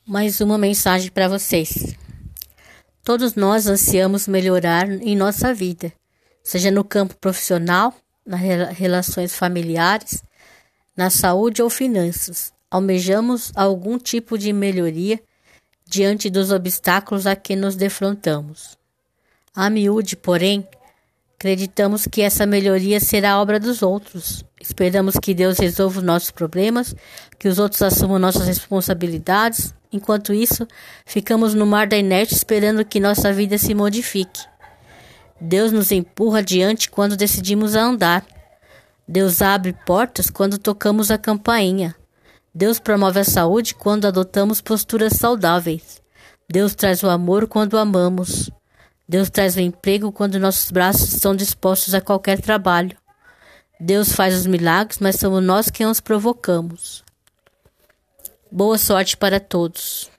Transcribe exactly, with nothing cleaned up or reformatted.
Mais uma mensagem para vocês. Todos nós ansiamos melhorar em nossa vida, seja no campo profissional, nas relações familiares, na saúde ou finanças. Almejamos algum tipo de melhoria diante dos obstáculos a que nos defrontamos. A miúde, porém, acreditamos que essa melhoria será obra dos outros. Esperamos que Deus resolva os nossos problemas, que os outros assumam nossas responsabilidades. Enquanto isso, ficamos no mar da inércia esperando que nossa vida se modifique. Deus nos empurra adiante quando decidimos andar. Deus abre portas quando tocamos a campainha. Deus promove a saúde quando adotamos posturas saudáveis. Deus traz o amor quando amamos. Deus traz o emprego quando nossos braços estão dispostos a qualquer trabalho. Deus faz os milagres, mas somos nós quem os provocamos. Boa sorte para todos.